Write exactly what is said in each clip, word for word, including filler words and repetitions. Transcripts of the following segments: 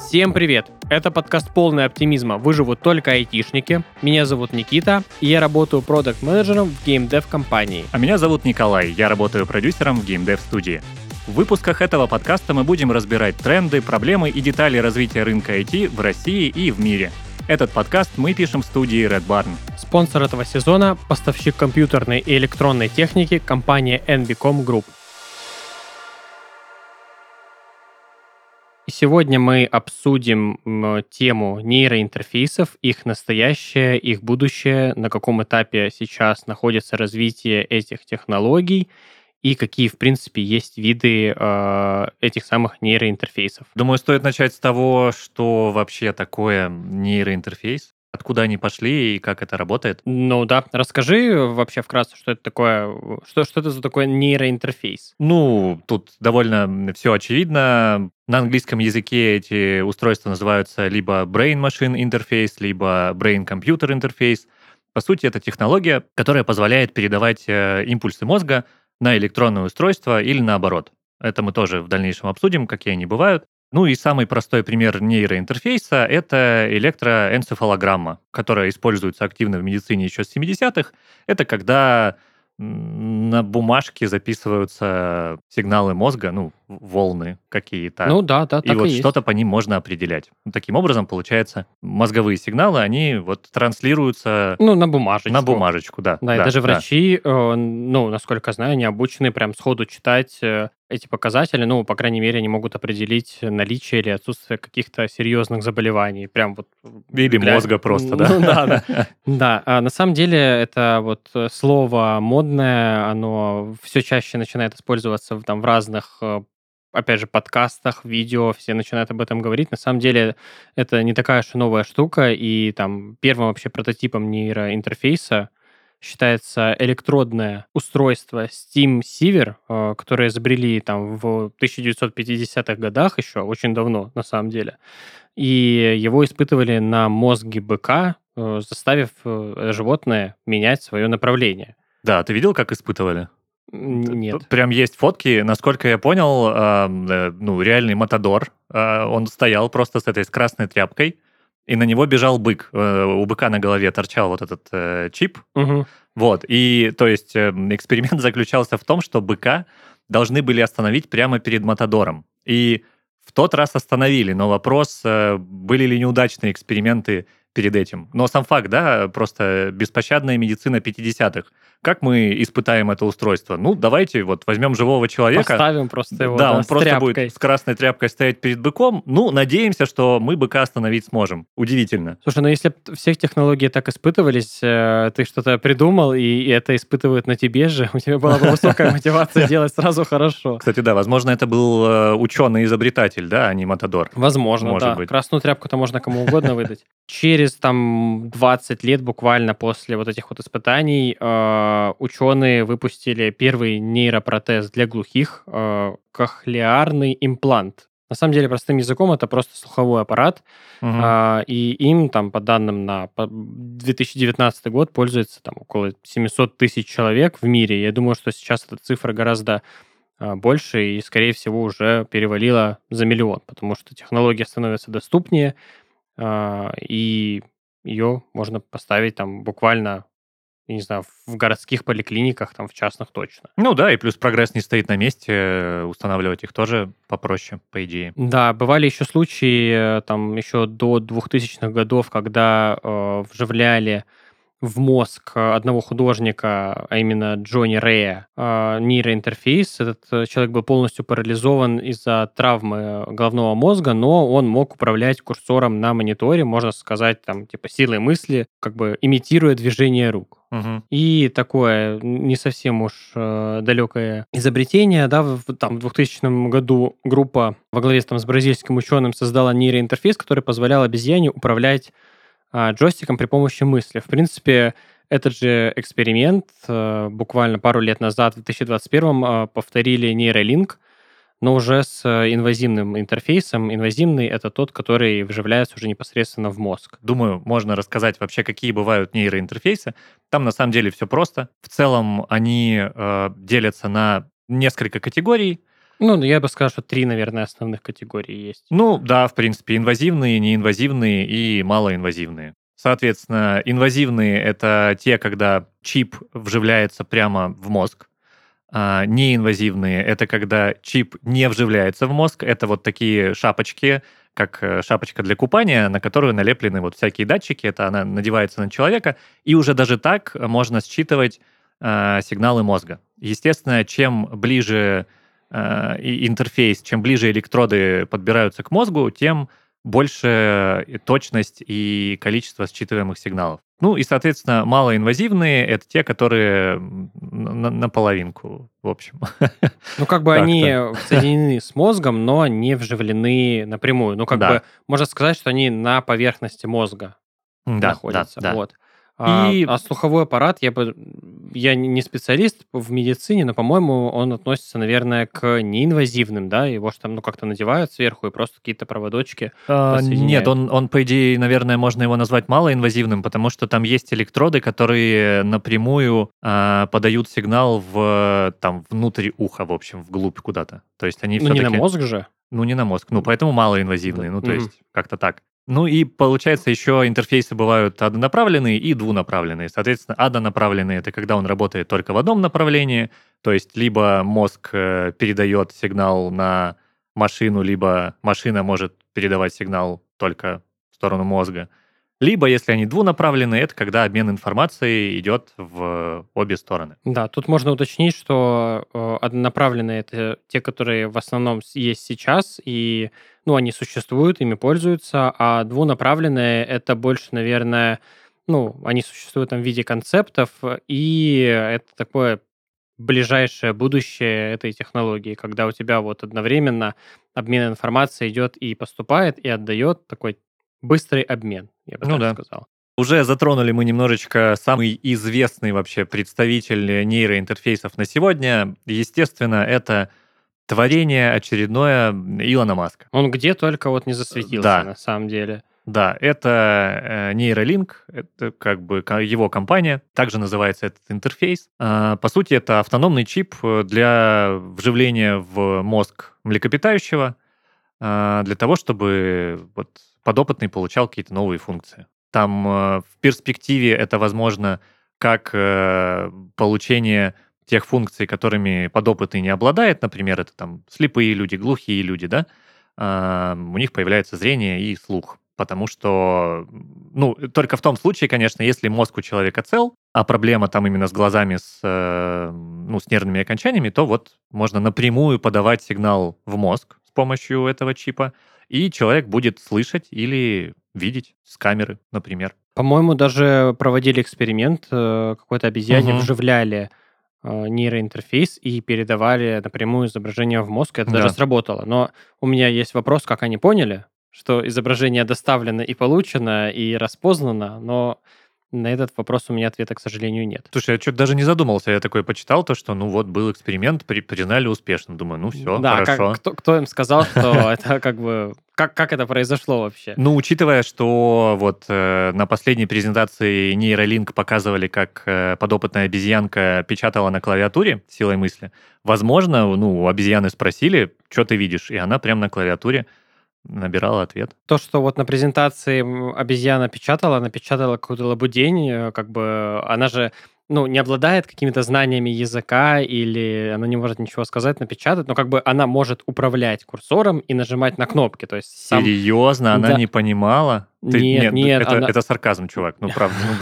Всем привет! Это подкаст «Полный оптимизма. Выживут только айтишники». Меня зовут Никита, и я работаю продакт-менеджером в геймдев-компании. А меня зовут Николай, я работаю продюсером в геймдев-студии. В выпусках этого подкаста мы будем разбирать тренды, проблемы и детали развития рынка ай ти в России и в мире. Этот подкаст мы пишем в студии Red Barn. Спонсор этого сезона – поставщик компьютерной и электронной техники компания эн би ком Group. И сегодня мы обсудим тему нейроинтерфейсов, их настоящее, их будущее, на каком этапе сейчас находится развитие этих технологий и какие, в принципе, есть виды э, этих самых нейроинтерфейсов. Думаю, стоит начать с того, что вообще такое нейроинтерфейс, откуда они пошли и как это работает. Ну да, расскажи вообще вкратце, что это такое, что, что это за такой нейроинтерфейс? Ну, тут довольно все очевидно. На английском языке эти устройства называются либо Brain-Machine Interface, либо Brain-Computer Interface. По сути, это технология, которая позволяет передавать э, импульсы мозга на электронное устройство или наоборот. Это мы тоже в дальнейшем обсудим, какие они бывают. Ну и самый простой пример нейроинтерфейса – это электроэнцефалограмма, которая используется активно в медицине еще с семидесятых. Это когда на бумажке записываются сигналы мозга, ну, волны какие-то. Ну да, да, и так вот и есть. что-то по ним можно определять. Таким образом, получается, мозговые сигналы, они вот транслируются Ну, на бумажечку. на бумажечку, да. Да, и да, даже да. врачи, э, ну, насколько знаю, не обучены прям сходу читать э, эти показатели. Ну, по крайней мере, они могут определить наличие или отсутствие каких-то серьезных заболеваний. Прям вот... Или гля- мозга просто, да? Ну, да, да. Да, а на самом деле это вот э, слово модное, оно все чаще начинает использоваться в, там, в разных, э, опять же, подкастах, видео, все начинают об этом говорить. На самом деле это не такая уж и новая штука, и там первым вообще прототипом нейроинтерфейса считается электродное устройство SteamSiever, э, которое изобрели там в тысяча девятьсот пятидесятых годах еще, очень давно на самом деле. И его испытывали на мозге быка, э, заставив э, животное менять свое направление. Да, ты видел, как испытывали? М, Нет. Тут прям есть фотки, насколько я понял, а, э, ну, реальный матадор. А, Он стоял просто с этой с красной тряпкой, и на него бежал бык. Э, У быка на голове торчал вот этот э, чип. Мгм. Вот, и то есть э, эксперимент заключался в том, что быка должны были остановить прямо перед матадором. И в тот раз остановили, но вопрос, э, были ли неудачные эксперименты перед этим. Но сам факт, да, просто беспощадная медицина пятидесятых. Как мы испытаем это устройство? Ну, давайте вот возьмем живого человека. Поставим просто его, Да, да, он с просто тряпкой. будет с красной тряпкой стоять перед быком. Ну, надеемся, что мы быка остановить сможем. Удивительно. Слушай, ну если б все технологии так испытывались, э, ты что-то придумал, и, и это испытывают на тебе же, у тебя была бы высокая мотивация делать сразу хорошо. Кстати, да, возможно, это был э, ученый-изобретатель, да, а не матадор. Возможно, Может да. быть. Красную тряпку-то можно кому угодно выдать. Через там двадцать лет буквально после вот этих вот испытаний э, ученые выпустили первый нейропротез для глухих, э, кохлеарный имплант. На самом деле, простым языком, это просто слуховой аппарат, Мгм. а, и им, там, по данным на по- две тысячи девятнадцатый год, пользуется там около семьсот тысяч человек в мире. Я думаю, что сейчас эта цифра гораздо а, больше и, скорее всего, уже перевалила за миллион, потому что технология становится доступнее, а, и ее можно поставить там буквально, я не знаю, в городских поликлиниках, там, в частных точно. Ну да, и плюс прогресс не стоит на месте, э, устанавливать их тоже попроще, по идее. Да, бывали еще случаи, э, там, еще до двухтысячных годов, когда э, вживляли в мозг э, одного художника, а именно Джонни Рэя, э, нейроинтерфейс. Этот э, человек был полностью парализован из-за травмы головного мозга, но он мог управлять курсором на мониторе, можно сказать, там, типа, силой мысли, как бы имитируя движение рук. Мгм. И такое не совсем уж э, далекое изобретение, да, в, там, в двухтысячном году группа во главе там, с бразильским ученым создала нейроинтерфейс, который позволял обезьяне управлять а, джойстиком при помощи мысли. В принципе, этот же эксперимент э, буквально пару лет назад, в две тысячи двадцать первом, э, повторили нейролинк, но уже с э, инвазивным интерфейсом. Инвазивный — это тот, который вживляется уже непосредственно в мозг. Думаю, можно рассказать вообще, какие бывают нейроинтерфейсы. Там на самом деле все просто. В целом они э, делятся на несколько категорий. Ну, я бы сказал, что три, наверное, основных категории есть. Ну да, в принципе, инвазивные, неинвазивные и малоинвазивные. Соответственно, инвазивные- это те, когда чип вживляется прямо в мозг. А неинвазивные- это когда чип не вживляется в мозг. Это вот такие шапочки, как э, шапочка для купания, на которую налеплены вот всякие датчики. Это она надевается на человека, и уже даже так можно считывать а, сигналы мозга. Естественно, чем ближе а, и интерфейс, чем ближе электроды подбираются к мозгу, тем больше и точность и количество считываемых сигналов. Ну и, соответственно, малоинвазивные- это те, которые м, на наполовинку, в общем. Ну, как бы они Так-то. соединены с мозгом, но не вживлены напрямую. Ну, как бы Да. можно сказать, что они на поверхности мозга Да, да, находятся. да. Вот. А, И а слуховой аппарат, я бы, я не не специалист в медицине, но, по-моему, он относится, наверное, к неинвазивным, да? Его ж там, ну, как-то надевают сверху и просто какие-то проводочки А, нет, подсоединяют. он, он, по идее, наверное, можно его назвать малоинвазивным, потому что там есть электроды, которые напрямую а, подают сигнал в, там, внутрь уха, в общем, вглубь куда-то. То есть они Ну, не на все-таки, мозг же. ну, не на мозг, ну, М, поэтому Да. малоинвазивные, ну, то Мгм. есть как-то так. Ну и получается еще интерфейсы бывают однонаправленные и двунаправленные. Соответственно, однонаправленные- это когда он работает только в одном направлении, то есть либо мозг э, передает сигнал на машину, либо машина может передавать сигнал только в сторону мозга. Либо, если они двунаправленные, это когда обмен информацией идет в обе стороны. Да, тут можно уточнить, что э, однонаправленные это те, которые в основном с- есть сейчас, и ну, они существуют, ими пользуются, а двунаправленные это больше, наверное, ну, они существуют там в виде концептов, и это такое ближайшее будущее этой технологии, когда у тебя вот одновременно обмен информацией идет и поступает, и отдает такой быстрый обмен, я бы Ну так да. сказал. Уже затронули мы немножечко самый известный вообще представитель нейроинтерфейсов на сегодня. Естественно, это творение очередное Илона Маска. Он где только вот не Э, засветился Да, на самом деле. да, это э, нейролинк, это как бы ка- его компания, также называется этот интерфейс. А, По сути, это автономный чип э, для вживления в мозг млекопитающего, а, для того, чтобы вот подопытный получал какие-то новые функции. Там э, в перспективе это возможно как э, получение тех функций, которыми подопытный не обладает, например, это там слепые люди, глухие люди, да, а, у них появляется зрение и слух. Потому что, ну, только в том случае, конечно, если мозг у человека цел, а проблема там именно с глазами, с, э, ну, с нервными окончаниями, то вот можно напрямую подавать сигнал в мозг с помощью этого чипа, и человек будет слышать или видеть с камеры, например. По-моему, даже проводили эксперимент, э, какой-то обезьяне Мгм. вживляли э, нейроинтерфейс и передавали напрямую изображение в мозг. Это даже Да. сработало. Но у меня есть вопрос, как они поняли, что изображение доставлено и получено, и распознано, но на этот вопрос у меня ответа, к сожалению, нет. Слушай, я что-то даже не задумался. Я такой почитал то, что, ну вот, был эксперимент, при- признали успешно. Думаю, ну все, Да, как, хорошо. кто, кто им сказал, что это как бы... Как, как это произошло вообще? Ну, учитывая, что вот э, на последней презентации нейролинк показывали, как э, подопытная обезьянка печатала на клавиатуре силой мысли, возможно, ну, у обезьяны спросили, что ты видишь, и она прямо на клавиатуре набирала ответ. То, что вот на презентации м, обезьяна печатала, она печатала какую-то лабудень, э, как бы она же, ну, не обладает какими-то знаниями языка или она не может ничего сказать, напечатать, но как бы она может управлять курсором и нажимать на кнопки. То есть сам, Серьезно, она да, не понимала? Ты, нет, нет, д- нет, это, она... это сарказм, чувак. Ну, правда. Ну,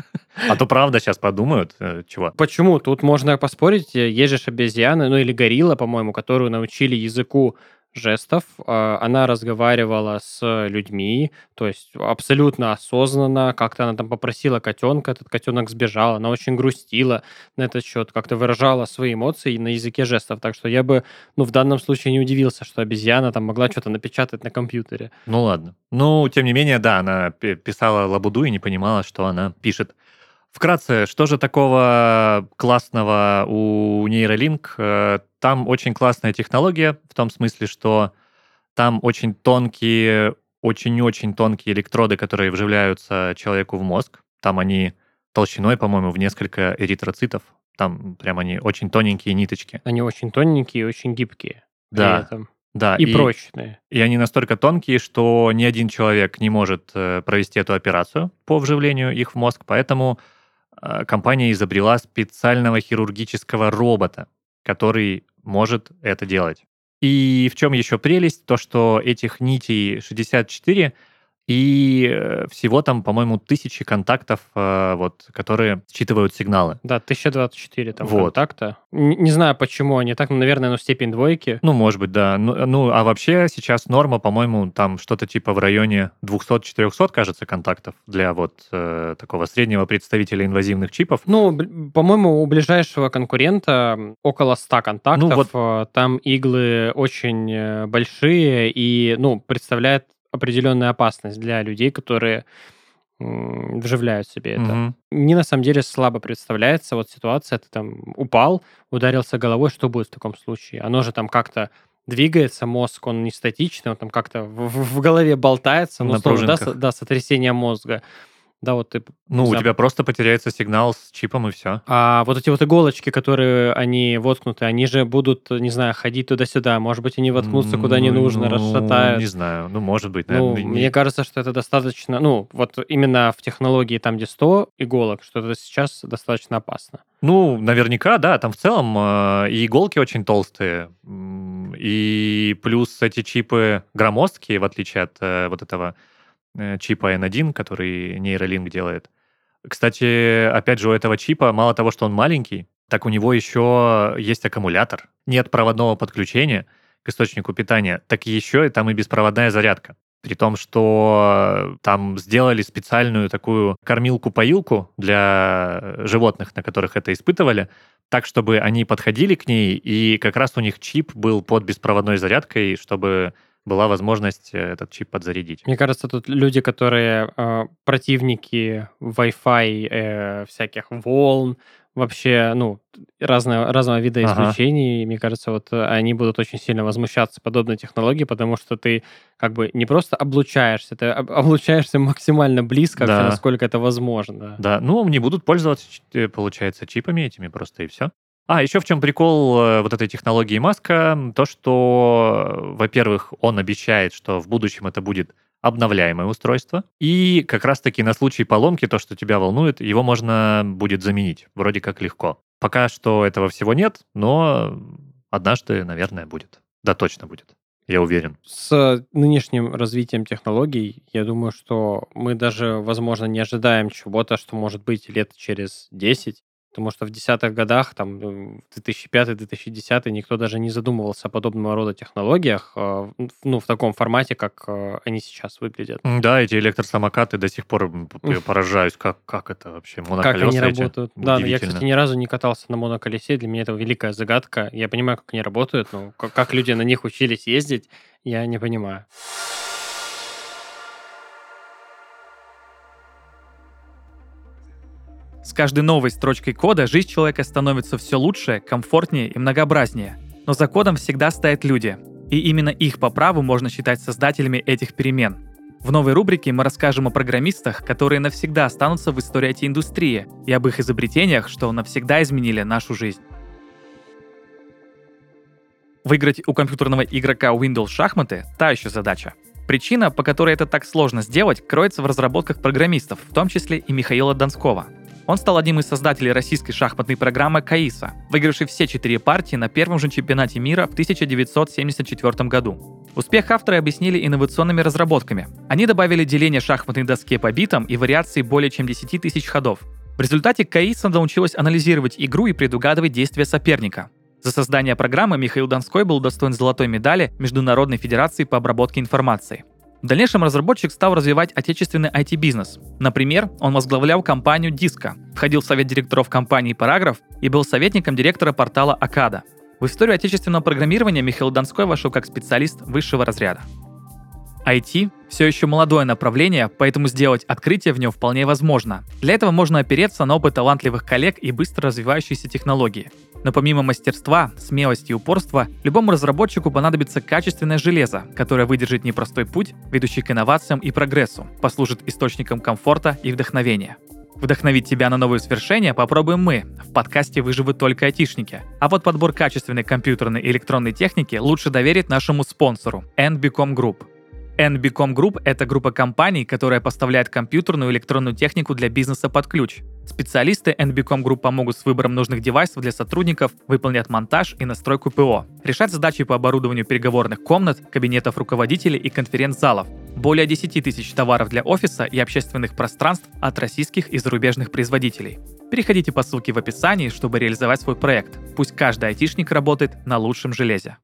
а то правда сейчас подумают, э, чувак. Почему? Тут можно поспорить. э, Есть же ж обезьяны, ну или горилла, по-моему, которую научили языку жестов. а, Она разговаривала с людьми, то есть абсолютно осознанно. Как-то она там попросила котенка, этот котенок сбежал. Она очень грустила на этот счет, как-то выражала свои эмоции на языке жестов. Так что я бы, ну, в данном случае не удивился, что обезьяна там могла что-то напечатать на компьютере. Ну, ладно. Ну, тем не менее, да, она пи- писала лабуду и не понимала, что она пишет. Вкратце, что же такого классного у нейролинк? Э, Там очень классная технология, в том смысле, что там очень тонкие, очень-очень тонкие электроды, которые вживляются человеку в мозг. Там они толщиной, по-моему, в несколько эритроцитов. Там прям они очень тоненькие ниточки. Они очень тоненькие и очень гибкие. при Да, этом. да. И И, прочные. и они настолько тонкие, что ни один человек не может э, провести эту операцию по вживлению их в мозг, поэтому э, компания изобрела специального хирургического робота, который может это делать. И в чем еще прелесть? То, что этих нитей шестьдесят четыре, и э, всего там, по-моему, тысячи контактов, э, вот, которые считывают сигналы. Да, тысяча двадцать четыре там Вот. контакта. Н- Не знаю, почему они так, но, наверное, ну, степень двойки. Ну, может быть, да. Ну, ну, а вообще сейчас норма, по-моему, там что-то типа в районе двести-четыреста, кажется, контактов для вот э, такого среднего представителя инвазивных чипов. Ну, б- по-моему, у ближайшего конкурента м, около ста контактов. Ну, вот- э, Там иглы очень э, большие и, ну, представляют определенную опасность для людей, которые м, вживляют себе это. Мгм. Мне на самом деле слабо представляется вот ситуация, ты там упал, ударился головой, что будет в таком случае? Оно же там как-то двигается, мозг, он не статичный, он там как-то в, в- в голове болтается, ну, На условно, да, пружинках. со- да, сотрясение мозга. Да, вот ты, Ну, не у знаю, тебя просто потеряется сигнал с чипом, и все. а вот эти вот иголочки, которые они воткнуты, они же будут, не знаю, ходить туда-сюда. Может быть, они воткнутся куда не нужно, Ну, расшатают. не знаю. Ну, может быть, Ну, наверное. мне кажется, что это достаточно, ну, вот именно в технологии там, где сто иголок, что это сейчас достаточно опасно. Ну, наверняка, да. Там в целом э, и иголки очень толстые, м, и плюс эти чипы громоздкие, в отличие от э, вот этого э, чипа эн один, который нейролинк делает. Кстати, опять же, у этого чипа мало того, что он маленький, так у него еще есть аккумулятор. Нет проводного подключения к источнику питания, так еще и там и беспроводная зарядка. При том, что там сделали специальную такую кормилку-поилку для животных, на которых это испытывали, так, чтобы они подходили к ней, и как раз у них чип был под беспроводной зарядкой, чтобы была возможность э, этот чип подзарядить. Мне кажется, тут люди, которые э, противники Wi-Fi, э, всяких волн, вообще, ну, разного, разного вида Ага. излучений, мне кажется, вот э, они будут очень сильно возмущаться подобной технологией, потому что ты как бы не просто облучаешься, ты об- облучаешься максимально близко, вообще, Да. насколько это возможно. Да, ну, не будут пользоваться, ч- э, получается, чипами этими просто, и все. А, еще в чем прикол э, вот этой технологии Маска, м, то, что, э, во-первых, он обещает, что в будущем это будет обновляемое устройство, и как раз-таки на случай поломки, то, что тебя волнует, его можно будет заменить, вроде как легко. Пока что этого всего нет, но однажды, наверное, будет. Да, точно будет, я уверен. С нынешним развитием технологий, я думаю, что мы даже, возможно, не ожидаем чего-то, что может быть лет через десять, потому что в десятых годах, там, э, в две тысячи пятый - две тысячи десятый, никто даже не задумывался о подобного рода технологиях, э, в- ну, в таком формате, как э, они сейчас выглядят. М, Да, эти электросамокаты до сих пор м, п- п- Уф. поражаюсь, как, как это вообще, Как они моноколеса эти, работают. Да, но я, удивительно. кстати, ни разу не катался на моноколесе, для меня это великая загадка. Я понимаю, как они работают, но как, как люди на них учились ездить, я не понимаю. С каждой новой строчкой кода жизнь человека становится все лучше, комфортнее и многообразнее. Но за кодом всегда стоят люди. И именно их по праву можно считать создателями этих перемен. В новой рубрике мы расскажем о программистах, которые навсегда останутся в истории ай ти-индустрии, и об их изобретениях, что навсегда изменили нашу жизнь. Выиграть у компьютерного игрока Windows шахматы – та еще задача. Причина, по которой это так сложно сделать, кроется в разработках программистов, в том числе и Михаила Донского. Он стал одним из создателей российской шахматной программы «Каиса», выигравшей все четыре партии на первом же чемпионате мира в тысяча девятьсот семьдесят четвёртом году. Успех авторы объяснили инновационными разработками. Они добавили деление шахматной доске по битам и вариации более чем десять тысяч ходов. В результате Каиса научилась анализировать игру и предугадывать действия соперника. За создание программы Михаил Донской был удостоен золотой медали Международной федерации по обработке информации. В дальнейшем разработчик стал развивать отечественный ай ти-бизнес. Например, он возглавлял компанию Disco, входил в совет директоров компании Параграф и был советником директора портала Акада. В историю отечественного программирования Михаил Донской вошел как специалист высшего разряда. ай ти – все еще молодое направление, поэтому сделать открытие в нем вполне возможно. Для этого можно опереться на опыт талантливых коллег и быстро развивающиеся технологии. Но помимо мастерства, смелости и упорства, любому разработчику понадобится качественное железо, которое выдержит непростой путь, ведущий к инновациям и прогрессу, послужит источником комфорта и вдохновения. Вдохновить тебя на новые свершения попробуем мы. В подкасте выживут только айтишники. А вот подбор качественной компьютерной и электронной техники лучше доверить нашему спонсору эн би ком Group. эн би ком Group — это группа компаний, которая поставляет компьютерную и электронную технику для бизнеса под ключ. Специалисты эн би ком Group помогут с выбором нужных девайсов для сотрудников, выполнят монтаж и настройку ПО, решать задачи по оборудованию переговорных комнат, кабинетов руководителей и конференц-залов. Более десять тысяч товаров для офиса и общественных пространств от российских и зарубежных производителей. Переходите по ссылке в описании, чтобы реализовать свой проект. Пусть каждый айтишник работает на лучшем железе.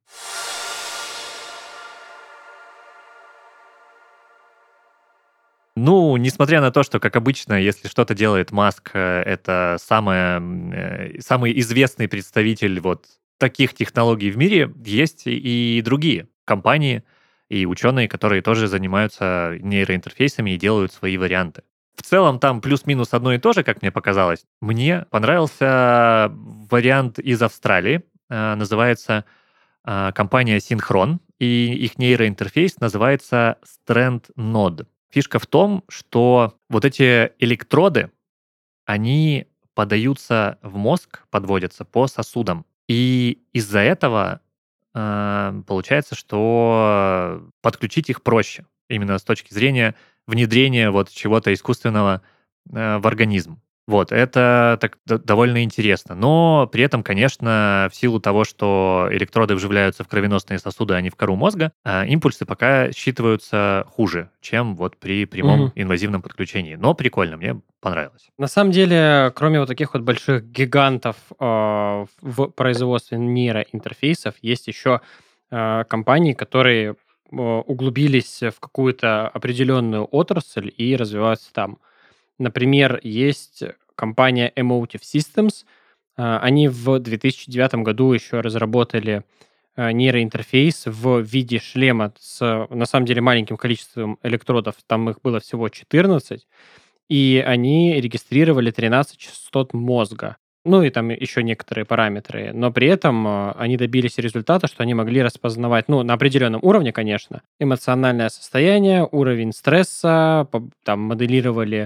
Ну, несмотря на то, что, как обычно, если что-то делает Маск, э, это самое, э, самый известный представитель вот таких технологий в мире, есть и другие компании и ученые, которые тоже занимаются нейроинтерфейсами и делают свои варианты. В целом там плюс-минус одно и то же, как мне показалось. Мне понравился вариант из Австралии. Э, Называется э, компания Synchron, и их нейроинтерфейс называется Strand Node. Фишка в том, что вот эти электроды, они подаются в мозг, подводятся по сосудам. И из-за этого э, получается, что подключить их проще. Именно с точки зрения внедрения вот чего-то искусственного э, в организм. Вот, это так д- довольно интересно. Но при этом, конечно, в силу того, что электроды вживляются в кровеносные сосуды, а не в кору мозга, а, импульсы пока считываются хуже, чем вот при прямом Мгм. инвазивном подключении. Но прикольно, мне понравилось. На самом деле, кроме вот таких вот больших гигантов э, в производстве нейроинтерфейсов, есть еще э, компании, которые э, углубились в какую-то определенную отрасль и развиваются там. Например, есть компания Emotive Systems. Э, Они в две тысячи девятом году еще разработали э, нейроинтерфейс в виде шлема с, на самом деле, маленьким количеством электродов. Там их было всего четырнадцать. И они регистрировали тринадцать частот мозга. Ну и там еще некоторые параметры. Но при этом э, они добились результата, что они могли распознавать, ну, на определенном уровне, конечно, эмоциональное состояние, уровень стресса, по- там моделировали,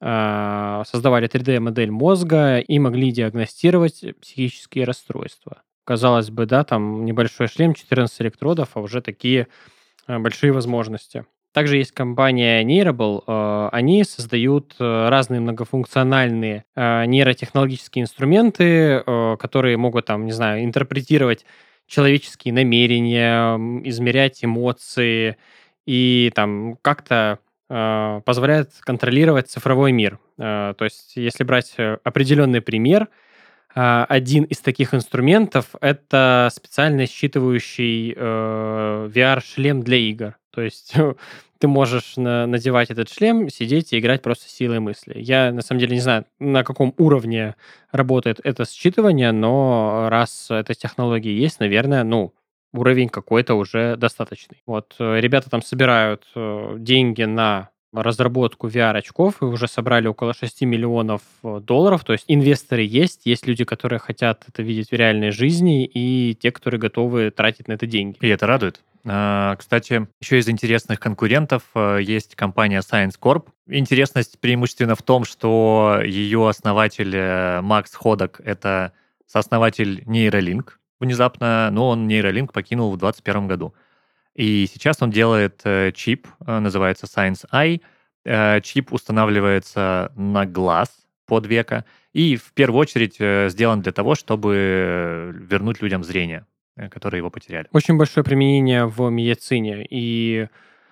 э, создавали три дэ-модель мозга и могли диагностировать психические расстройства. Казалось бы, да, там небольшой шлем, четырнадцать электродов, а уже такие э, большие возможности. Также есть компания Neurable. э, Они создают э, разные многофункциональные э, нейротехнологические инструменты, э, которые могут, там, не знаю, интерпретировать человеческие намерения, м, измерять эмоции и там как-то э, позволяет контролировать цифровой мир. Э, То есть, если брать э, определенный пример, а, один из таких инструментов — это специально считывающий э, ви ар-шлем для игр. То есть ты можешь на- надевать этот шлем, сидеть и играть просто силой мысли. Я, на самом деле, не знаю, на каком уровне работает это считывание, но раз эта технология есть, наверное, ну, уровень какой-то уже достаточный. Вот, э, ребята там собирают э, деньги на разработку ви ар-очков и уже собрали около шести миллионов э, долларов. То есть инвесторы есть, есть люди, которые хотят это видеть в реальной жизни, и те, которые готовы тратить на это деньги. И это радует. А, Кстати, еще из интересных конкурентов э, есть компания Science Corp. Интересность преимущественно в том, что ее основатель э, Макс Ходок — это сооснователь Neuralink внезапно, но он Neuralink покинул в двадцать первом году. И сейчас он делает э, чип, э, называется Science Eye. Э, чип устанавливается на глаз под века и в первую очередь э, сделан для того, чтобы э, вернуть людям зрение, э, которые его потеряли. Очень большое применение в медицине и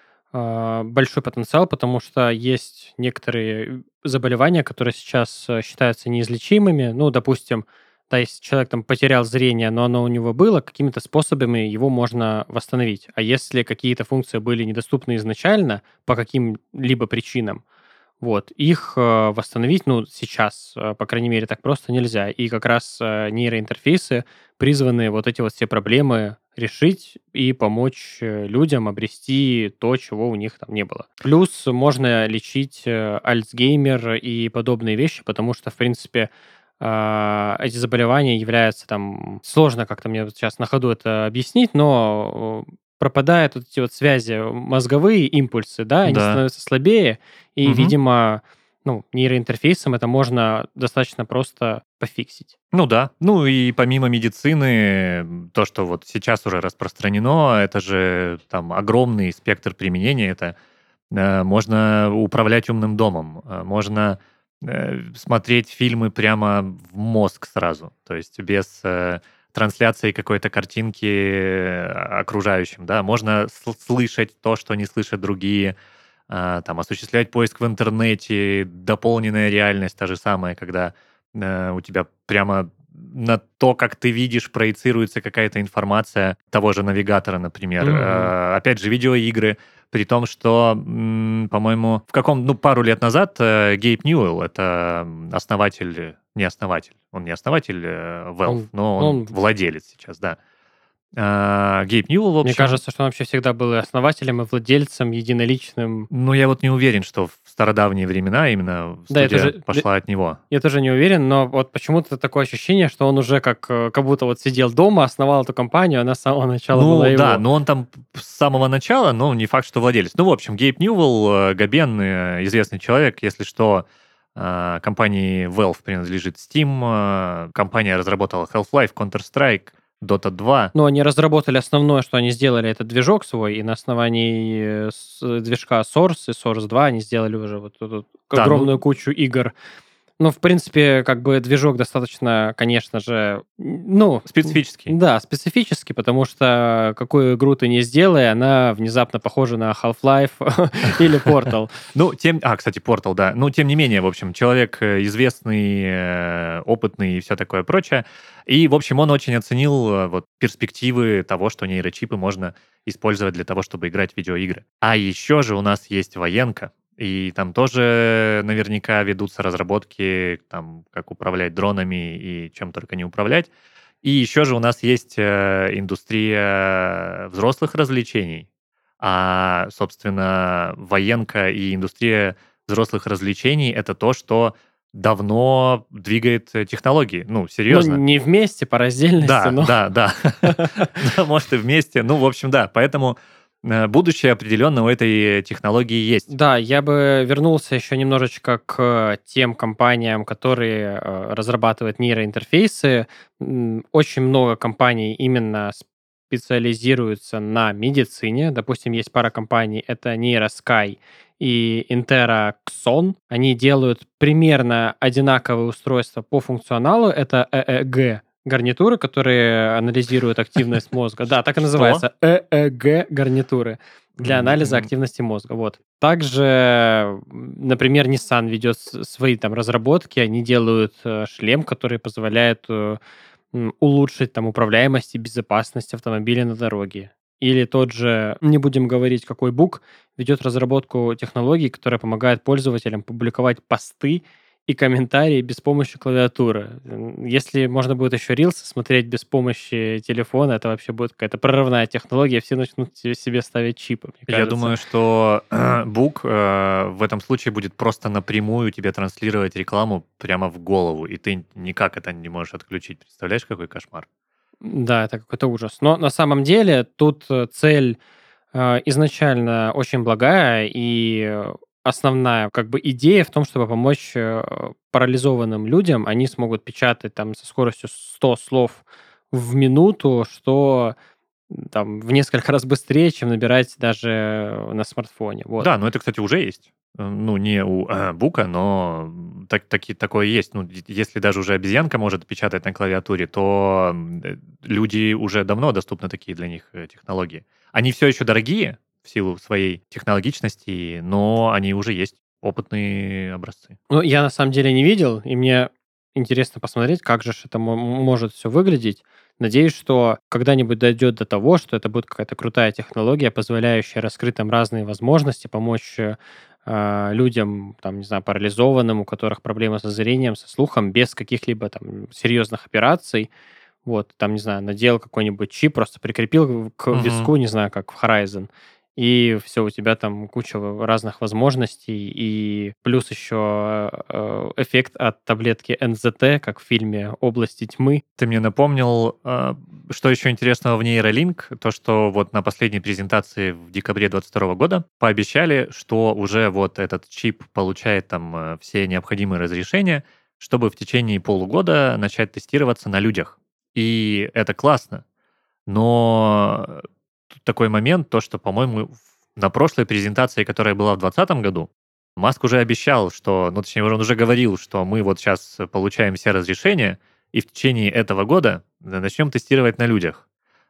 а, большой потенциал, потому что есть некоторые заболевания, которые сейчас э, считаются неизлечимыми. Ну, допустим, да, если человек там потерял зрение, но оно у него было, какими-то способами его можно восстановить. А если какие-то функции были недоступны изначально по каким-либо причинам, вот, их э, восстановить, ну, сейчас, э, по крайней мере, так просто нельзя. И как раз э, нейроинтерфейсы призваны вот эти вот все проблемы решить и помочь э, людям обрести то, чего у них там не было. Плюс можно лечить э, Альцгеймер и подобные вещи, потому что, в принципе, а, эти заболевания являются там... Сложно как-то мне вот сейчас на ходу это объяснить, но э, пропадают вот эти вот связи, мозговые импульсы, да, они Да. становятся слабее, и, Мгм. видимо, ну, нейроинтерфейсом это можно достаточно просто пофиксить. Ну да. Ну и помимо медицины, то, что вот сейчас уже распространено, это же там огромный спектр применения. Это э, можно управлять умным домом, э, можно э, смотреть фильмы прямо в мозг сразу, то есть без э, трансляции какой-то картинки э, окружающим, да, можно сл- слышать то, что не слышат другие, а, там, осуществлять поиск в интернете, дополненная реальность та же самая, когда э, у тебя прямо на то, как ты видишь, проецируется какая-то информация того же навигатора, например. Мгм. Э, опять же, видеоигры, при том, что, м, по-моему, в каком, ну, пару лет назад э, Гейб Ньюэлл, это м, основатель, не основатель, он не основатель э, Valve, Он, но ну, он он, владелец сейчас, да. А, Гейб Ньюэлл, в мне общем, кажется, что он вообще всегда был и основателем, и владельцем, единоличным. ну, я вот не уверен, что в стародавние времена именно Да, я студия тоже, пошла от него. я тоже не уверен, но вот почему-то такое ощущение, что он уже как, э, как будто вот сидел дома, основал эту компанию, она с самого начала была Ну, да, его. но он там с самого начала, но не факт, что владелец. Ну, в общем, Гейб Ньюэлл, э, Габен, э, известный человек, если что, э, компании Valve принадлежит Steam, э, компания разработала Half-Life, Counter-Strike, Dota два. Ну, они разработали основное, что они сделали, это движок свой, и на основании э, с- движка Source и Source два они сделали уже вот эту Да, огромную ну, кучу игр. Ну, в принципе, как бы движок достаточно, конечно же, н- ну, н- специфический. да, специфический, потому что какую игру ты не сделай, она внезапно похожа на Half-Life или Portal. Ну, тем... А, кстати, Portal, да. Ну, тем не менее, в общем, человек э, известный, э, опытный и все такое прочее. И, в общем, он очень оценил э, вот перспективы того, что нейрочипы можно использовать для того, чтобы играть в видеоигры. А еще же у нас есть военка, и там тоже наверняка ведутся разработки, там, как управлять дронами и чем только не управлять. И еще же у нас есть э, индустрия взрослых развлечений. А, собственно, военка и индустрия взрослых развлечений — это то, что давно двигает э, технологии. Ну, Ну, серьезно. не вместе, по раздельности, Да, но... да, да. Да, может, и вместе. Ну, в общем, да. Поэтому э, будущее определенно у этой технологии есть. Да, я бы вернулся еще немножечко к тем компаниям, которые э, разрабатывают нейроинтерфейсы. М, Очень много компаний именно специализируются на медицине. Допустим, есть пара компаний, это NeuroSky и Interaxon. Они делают примерно одинаковые устройства по функционалу. Это ЭЭГ гарнитуры, которые анализируют активность мозга. Да, так и Что? называется. ЭЭГ гарнитуры для анализа М, активности мозга. Вот. Также, м, например, Nissan ведет с- свои там разработки, они делают э, шлем, который позволяет э, м, улучшить там управляемость и безопасность автомобиля на дороге. Или тот же, не будем говорить, какой бук, ведет разработку технологий, которая помогает пользователям публиковать посты и комментарии без помощи клавиатуры. М, Если можно будет еще рилсы смотреть без помощи телефона, это вообще будет какая-то прорывная технология, все начнут себе себе ставить чипы, мне Я кажется. думаю, что Бук э, в этом случае будет просто напрямую тебе транслировать рекламу прямо в голову, и ты никак это не можешь отключить. Представляешь, какой кошмар? Да, это какой-то ужас. Но на самом деле тут э, цель э, изначально очень благая, и э, основная как бы идея в том, чтобы помочь э, парализованным людям. Они смогут печатать там со скоростью сто слов в минуту, что м, там в несколько раз быстрее, чем набирать даже на смартфоне. Вот. Да, но это, кстати, уже есть. Э, Ну, не у э, Бука, но м, так, таки, такое есть. Ну, е- если даже уже обезьянка может печатать на клавиатуре, то м, э, люди уже давно доступны такие для них э, технологии. Они все еще дорогие в силу своей технологичности, но они уже есть опытные образцы. Ну, я на самом деле не видел, и мне интересно посмотреть, как же ж это мо- может все выглядеть. Надеюсь, что когда-нибудь дойдет до того, что это будет какая-то крутая технология, позволяющая раскрыть там разные возможности, помочь э, а, людям, там, не знаю, парализованным, у которых проблемы со зрением, со слухом, без каких-либо там серьезных операций. Вот, там, не знаю, надел какой-нибудь чип, просто прикрепил к Мгм. виску, не знаю, как в Horizon, и все, у тебя там куча разных возможностей, и плюс еще э, эффект от таблетки эн зет тэ, как в фильме «Области тьмы». Ты мне напомнил, э, что еще интересного в Neuralink, то, что вот на последней презентации в декабре двадцать второго года пообещали, что уже вот этот чип получает там э, все необходимые разрешения, чтобы в течение полугода начать тестироваться на людях. И это классно. Но тут такой момент, то, что, по-моему, в- на прошлой презентации, которая была в двадцатом году, Маск уже обещал, что, ну, точнее, он уже говорил, что мы вот сейчас получаем все разрешения, и в течение этого года начнем тестировать на людях.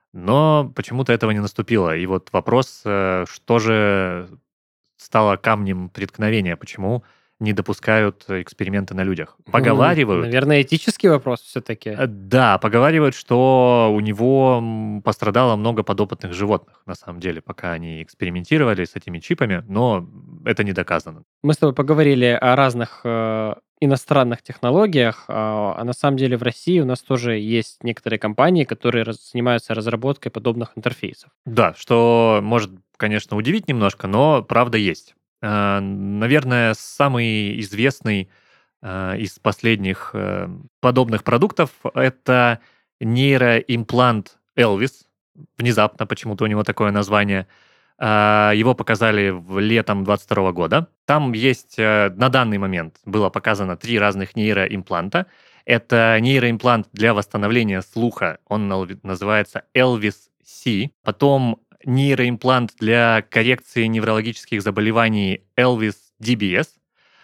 Но почему-то этого не наступило. И вот вопрос, э, что же стало камнем преткновения, почему не допускают эксперименты на людях. Ну, Поговаривают, наверное, этический вопрос все-таки. Э, Да, поговаривают, что у него м, пострадало много подопытных животных, на самом деле, пока они экспериментировали с этими чипами, но это не доказано. Мы с тобой поговорили о разных э, иностранных технологиях, а, а на самом деле в России у нас тоже есть некоторые компании, которые раз- занимаются разработкой подобных интерфейсов. Да, что может, конечно, удивить немножко, но правда есть. Э, Наверное, самый известный э, из последних э, подобных продуктов это нейроимплант Elvis. Внезапно почему-то у него такое название. А, Его показали в летом двадцать второго года. Там есть э, на данный момент было показано три разных нейроимпланта. Это нейроимплант для восстановления слуха. Он нал- называется Elvis C. Потом нейроимплант для коррекции неврологических заболеваний Elvis ди би эс.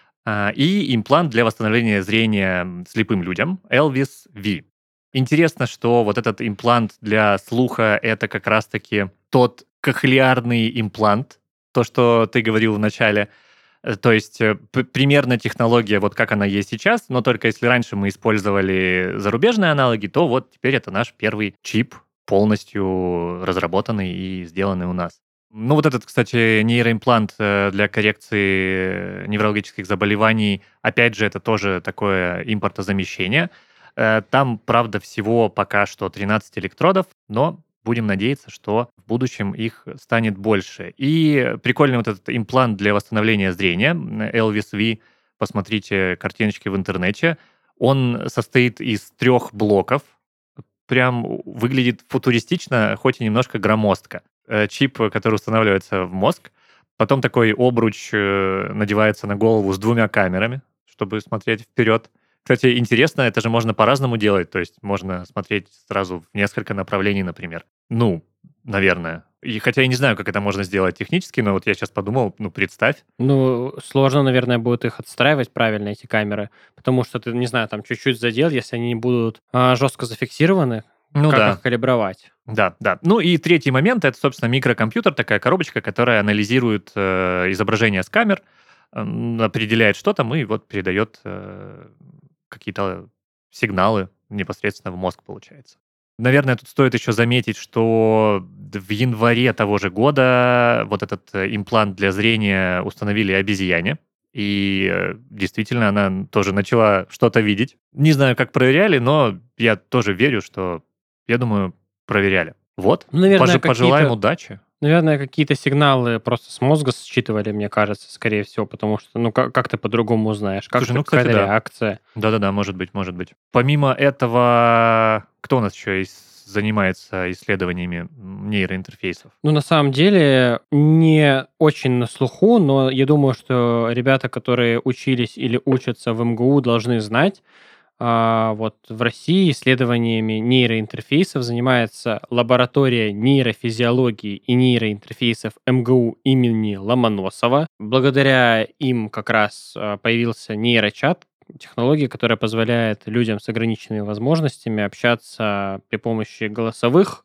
А, И имплант для восстановления зрения м, слепым людям Elvis V. Интересно, что вот этот имплант для слуха это как раз-таки тот кохлеарный имплант, то, что ты говорил в начале. Э, То есть э, п- примерно технология вот как она есть сейчас, но только если раньше мы использовали зарубежные аналоги, то вот теперь это наш первый чип, полностью разработанный и сделанный у нас. Ну вот этот, кстати, нейроимплант э, для коррекции неврологических заболеваний, опять же, это тоже такое импортозамещение. Э, Там, правда, всего пока что тринадцать электродов, но будем надеяться, что в будущем их станет больше. И прикольный вот этот имплант для восстановления зрения, м, Elvis V, посмотрите картиночки в интернете. Он состоит из трех блоков, прям выглядит футуристично, хоть и немножко громоздко. Э, Чип, который устанавливается в мозг, потом такой обруч э, надевается на голову с двумя камерами, чтобы смотреть вперед. Кстати, интересно, это же можно по-разному делать, то есть можно смотреть сразу в несколько направлений, например. Ну, наверное. И хотя я не знаю, как это можно сделать технически, но вот я сейчас подумал, ну, представь. Ну, сложно, наверное, будет их отстраивать правильно, эти камеры, потому что ты, не знаю, там чуть-чуть задел, если они не будут а, жестко зафиксированы, Ну как да. их калибровать? Да, да. Ну и третий момент, это, собственно, микрокомпьютер, такая коробочка, которая анализирует э, изображение с камер, м, определяет, что там, и вот передает э, какие-то сигналы непосредственно в мозг, получается. Наверное, тут стоит еще заметить, что в январе того же года вот этот э, имплант для зрения установили обезьяне, и э, действительно она тоже начала что-то видеть. Не знаю, как проверяли, но я тоже верю, что, я думаю, проверяли. Вот. Ну, наверное, Пож- Пожелаем какие-то удачи. Наверное, какие-то сигналы просто с мозга считывали, мне кажется, скорее всего, потому что, ну, как, как ты по-другому узнаешь? Как Слушай, ты, ну, кстати, какая-то да. реакция? Да-да-да, может быть, может быть. Помимо этого, кто у нас еще ис- занимается исследованиями м, нейроинтерфейсов? Ну, на самом деле, не очень на слуху, но я думаю, что ребята, которые учились или учатся в эм гэ у, должны знать. А, вот в России исследованиями нейроинтерфейсов занимается лаборатория нейрофизиологии и нейроинтерфейсов эм гэ у имени Ломоносова. Благодаря им как раз а, появился нейрочат, технология, которая позволяет людям с ограниченными возможностями общаться при помощи голосовых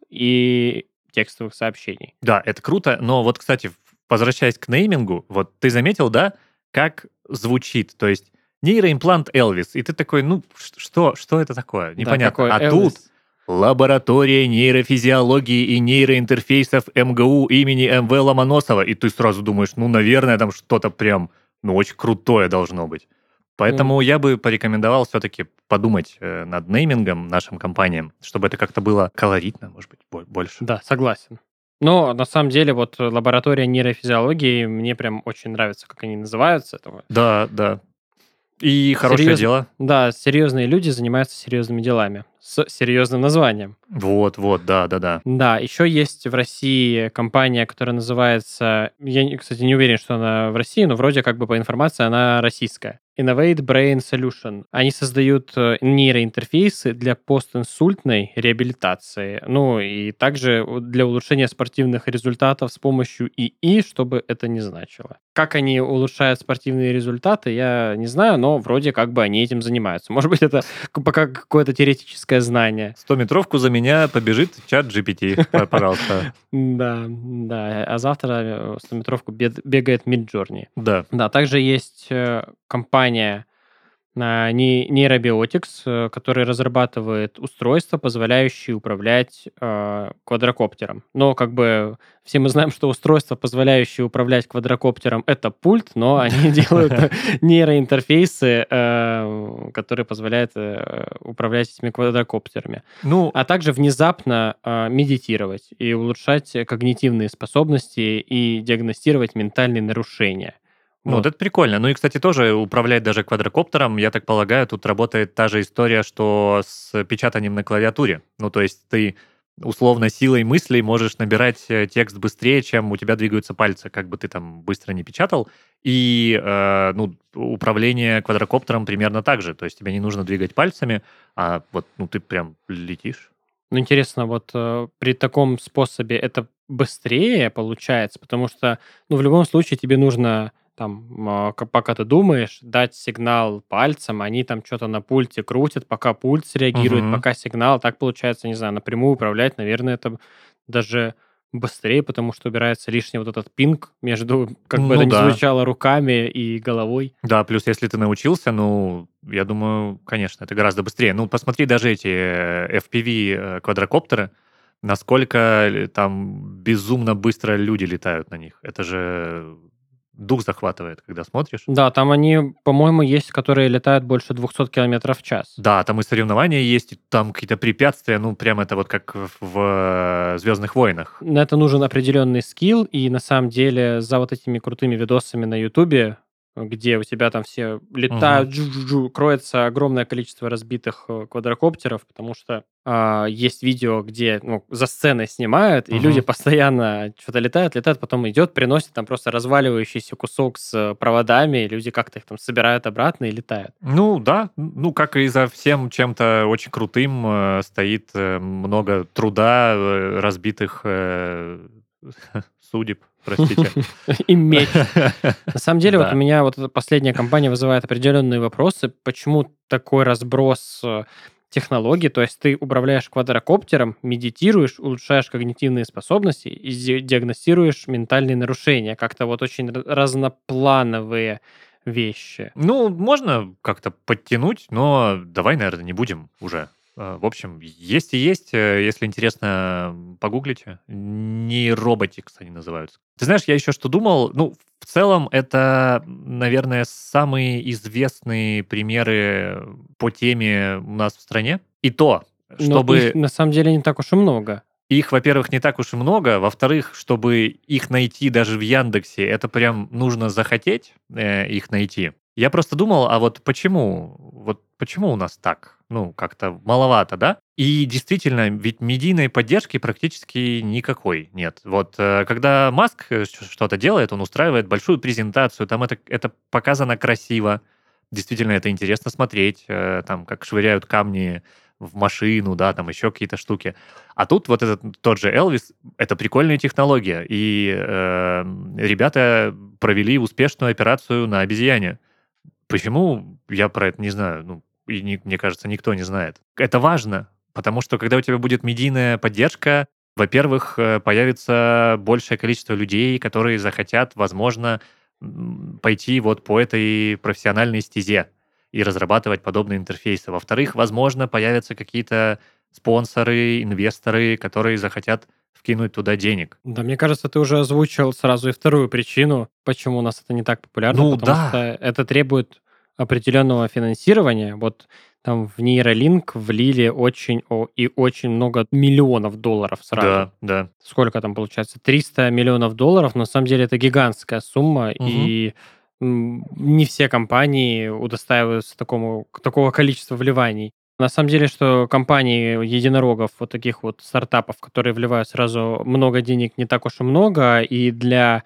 и текстовых сообщений. Да, это круто, но вот, кстати, в- возвращаясь к неймингу, вот ты заметил, да, как звучит, то есть нейроимплант Элвис, и ты такой, ну, ш- что, что это такое? Да, Непонятно. такой А тут Элвис. лаборатория нейрофизиологии и нейроинтерфейсов эм гэ у имени эм вэ Ломоносова, и ты сразу думаешь, ну, наверное, там что-то прям, ну, очень крутое должно быть. Поэтому я бы порекомендовал все-таки подумать э, над неймингом нашим компаниям, чтобы это как-то было колоритно, может быть, бо- больше. Да, согласен. Но на самом деле вот лаборатория нейрофизиологии, мне прям очень нравится, как они называются. Это вот Да, да. И хорошее серьез- дело. Да, серьезные люди занимаются серьезными делами с серьезным названием. Вот, вот, да, да, да. Да, еще есть в России компания, которая называется, я, не- кстати, не уверен, что она в России, но вроде как бы по информации она российская. Innovate Brain Solution. Они создают э, нейроинтерфейсы для постинсультной реабилитации, ну и также у- для улучшения спортивных результатов с помощью ИИ, чтобы это не значило. Как они улучшают спортивные результаты, я не знаю, но вроде как бы они этим занимаются. Может быть, это к- пока какое-то теоретическое знание. Стометровку за меня побежит чат джи пи ти, п- пожалуйста. Да, да. А завтра э, стометровку бед- бегает Midjourney. Да. Да, также есть э, компания а, не- Neurobiotix, э, которая разрабатывает устройства, позволяющие управлять э, квадрокоптером. Но как бы все мы знаем, что устройства, позволяющие управлять квадрокоптером, это пульт, но они делают э, нейроинтерфейсы, э, которые позволяют э, управлять этими квадрокоптерами. Ну, А также внезапно а, медитировать и улучшать э, когнитивные способности и диагностировать ментальные нарушения. Ну, Вот. вот это прикольно. Ну и, кстати, тоже управлять даже квадрокоптером, я так полагаю, тут работает та же история, что с печатанием на клавиатуре. Ну, то есть ты условно силой мыслей можешь набирать э, текст быстрее, чем у тебя двигаются пальцы, как бы ты там быстро не печатал. И, э, ну, управление квадрокоптером примерно так же. То есть тебе не нужно двигать пальцами, а вот, ну, ты прям летишь. Ну, интересно, вот э, при таком способе это быстрее получается, потому что, ну, в любом случае тебе нужно там, а, к- пока ты думаешь, дать сигнал пальцем, они там что-то на пульте крутят, пока пульт среагирует, Мгм. пока сигнал, так получается, не знаю, напрямую управлять, наверное, это даже быстрее, потому что убирается лишний вот этот пинг между, как бы Ну это ни да. звучало, руками и головой. Да, плюс если ты научился, ну, я думаю, конечно, это гораздо быстрее. Ну, посмотри даже эти э, эф пи ви-квадрокоптеры, насколько э, там безумно быстро люди летают на них. Это же дух захватывает, когда смотришь. Да, там они, по-моему, есть, которые летают больше двухсот километров в час. Да, там и соревнования есть, и там какие-то препятствия, ну, прям это вот как в, в «Звездных войнах». На это нужен определенный скилл, и на самом деле за вот этими крутыми видосами на Ютубе, где у тебя там все летают, джу-джу-джу, кроется огромное количество разбитых э, квадрокоптеров, потому что а, есть видео, где ну, за сценой снимают, и Мгм. люди постоянно что-то летают, летают, потом идет, приносит там просто разваливающийся кусок с э, проводами, и люди как-то их там собирают обратно и летают. Ну да, ну как и за всем чем-то очень крутым э, стоит э, много труда, э, разбитых э, судеб, простите. И меч. На самом деле, вот Да. у меня вот эта последняя компания вызывает определенные вопросы, почему такой разброс э, технологий, то есть ты управляешь квадрокоптером, медитируешь, улучшаешь когнитивные способности и ди- диагностируешь ментальные нарушения. Как-то вот очень р- разноплановые вещи. Ну, можно как-то подтянуть, но давай, наверное, не будем уже. Э, В общем, есть и есть. Э, Если интересно, м, погуглите. Нейроботикс они называются. Ты знаешь, я еще что думал? Ну, в целом, это, наверное, самые известные примеры по теме у нас в стране. И то, Но чтобы их на самом деле не так уж и много. их, во-первых, не так уж и много. Во-вторых, чтобы их найти даже в Яндексе, это прям нужно захотеть э, их найти. Я просто думал, а вот почему? Вот почему у нас так? Ну, как-то маловато, да? И действительно, ведь медийной поддержки практически никакой нет. Вот э, когда Маск э, ш- что-то делает, он устраивает большую презентацию, там это, это показано красиво. Действительно, это интересно смотреть, э, там, как швыряют камни в машину, да, там еще какие-то штуки. А тут вот этот тот же Элвис, это прикольная технология, и э, ребята провели успешную операцию на обезьяне. Почему я про это не знаю? Ну, и не- мне кажется, никто не знает. Это важно, потому что когда у тебя будет медийная поддержка, во-первых, э, появится большее количество людей, которые захотят, возможно, м, пойти вот по этой профессиональной стезе и разрабатывать подобные интерфейсы. Во-вторых, возможно, появятся какие-то спонсоры, инвесторы, которые захотят вкинуть туда денег. Да, мне кажется, ты уже озвучил сразу и вторую причину, почему у нас это не так популярно, Ну потому да. что это требует определенного финансирования. Вот Там в нейролинк влили очень о, и очень много миллионов долларов сразу. Да, да. Сколько там получается? триста миллионов долларов. На самом деле это гигантская сумма, Мгм. и м, не все компании удостаиваются такому, такого количества вливаний. На самом деле, что компании единорогов, вот таких вот стартапов, которые вливают сразу много денег, не так уж и много, и для